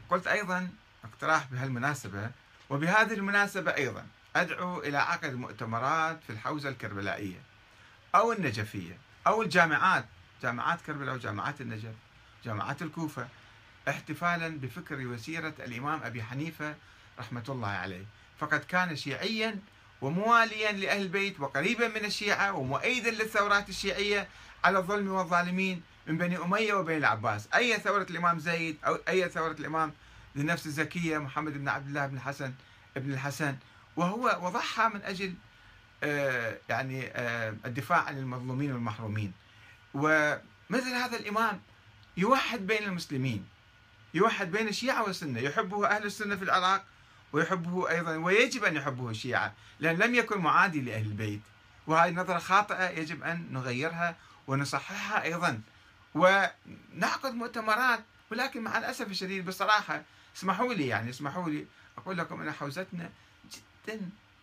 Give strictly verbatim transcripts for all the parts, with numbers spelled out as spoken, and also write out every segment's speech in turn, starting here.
قلت أيضا اقتراح بهالمناسبة، وبهذه المناسبة أيضا أدعو إلى عقد مؤتمرات في الحوزة الكربلائية أو النجفية أو الجامعات، جامعات كربلاء وجامعات النجف، جامعات الكوفة، احتفالا بفكر وسيرة الإمام أبي حنيفة رحمة الله عليه، فقد كان شيعيا ومواليا لأهل البيت وقريبا من الشيعة ومؤيدا للثورات الشيعية على الظلم والظالمين من بني أمية وبني العباس، أي ثورة الإمام زيد أو أي ثورة الإمام للنفس الزكية محمد بن عبد الله بن الحسن ابن الحسن، وهو وضحى من أجل آه يعني آه الدفاع عن المظلومين والمحرومين. ومثل هذا الإمام يوحد بين المسلمين، يوحد بين الشيعة والسنة، يحبه أهل السنة في العراق ويحبه أيضا، ويجب أن يحبه الشيعة، لأن لم يكن معادي لأهل البيت، وهذه نظرة خاطئة يجب أن نغيرها ونصححها أيضا، ونعقد مؤتمرات. ولكن مع الأسف الشديد بصراحة اسمحوا لي يعني اسمحوا لي أقول لكم أن حوزتنا جدا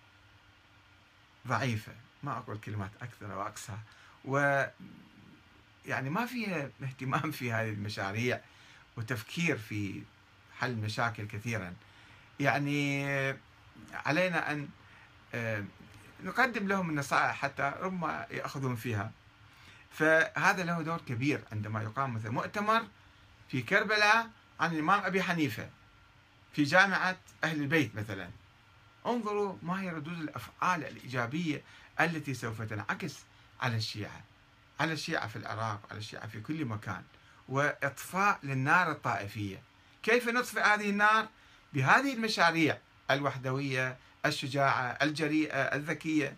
ضعيفة، ما أقول كلمات أكثر وأقصى، و يعني ما فيها اهتمام في هذه المشاريع وتفكير في حل مشاكل كثيرا. يعني علينا أن نقدم لهم النصائح حتى ربما يأخذون فيها. فهذا له دور كبير عندما يقام مثل مؤتمر في كربلاء عن الإمام أبي حنيفة في جامعة أهل البيت مثلا. انظروا ما هي ردود الأفعال الإيجابية التي سوف تنعكس على الشيعة، على الشيعة في العراق، على الشيعة في كل مكان، وإطفاء للنار الطائفية. كيف نطفئ هذه النار؟ بهذه المشاريع الوحدوية الشجاعة الجريئة الذكية.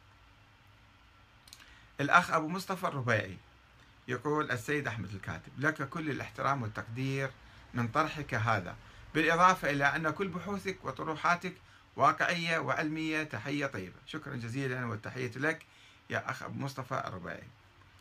الأخ أبو مصطفى الربيعي يقول: السيد أحمد الكاتب، لك كل الاحترام والتقدير من طرحك هذا، بالإضافة إلى أن كل بحوثك وطروحاتك واقعية وعلمية. تحية طيبة. شكرا جزيلا والتحية لك يا أخ أبو مصطفى الربيعي.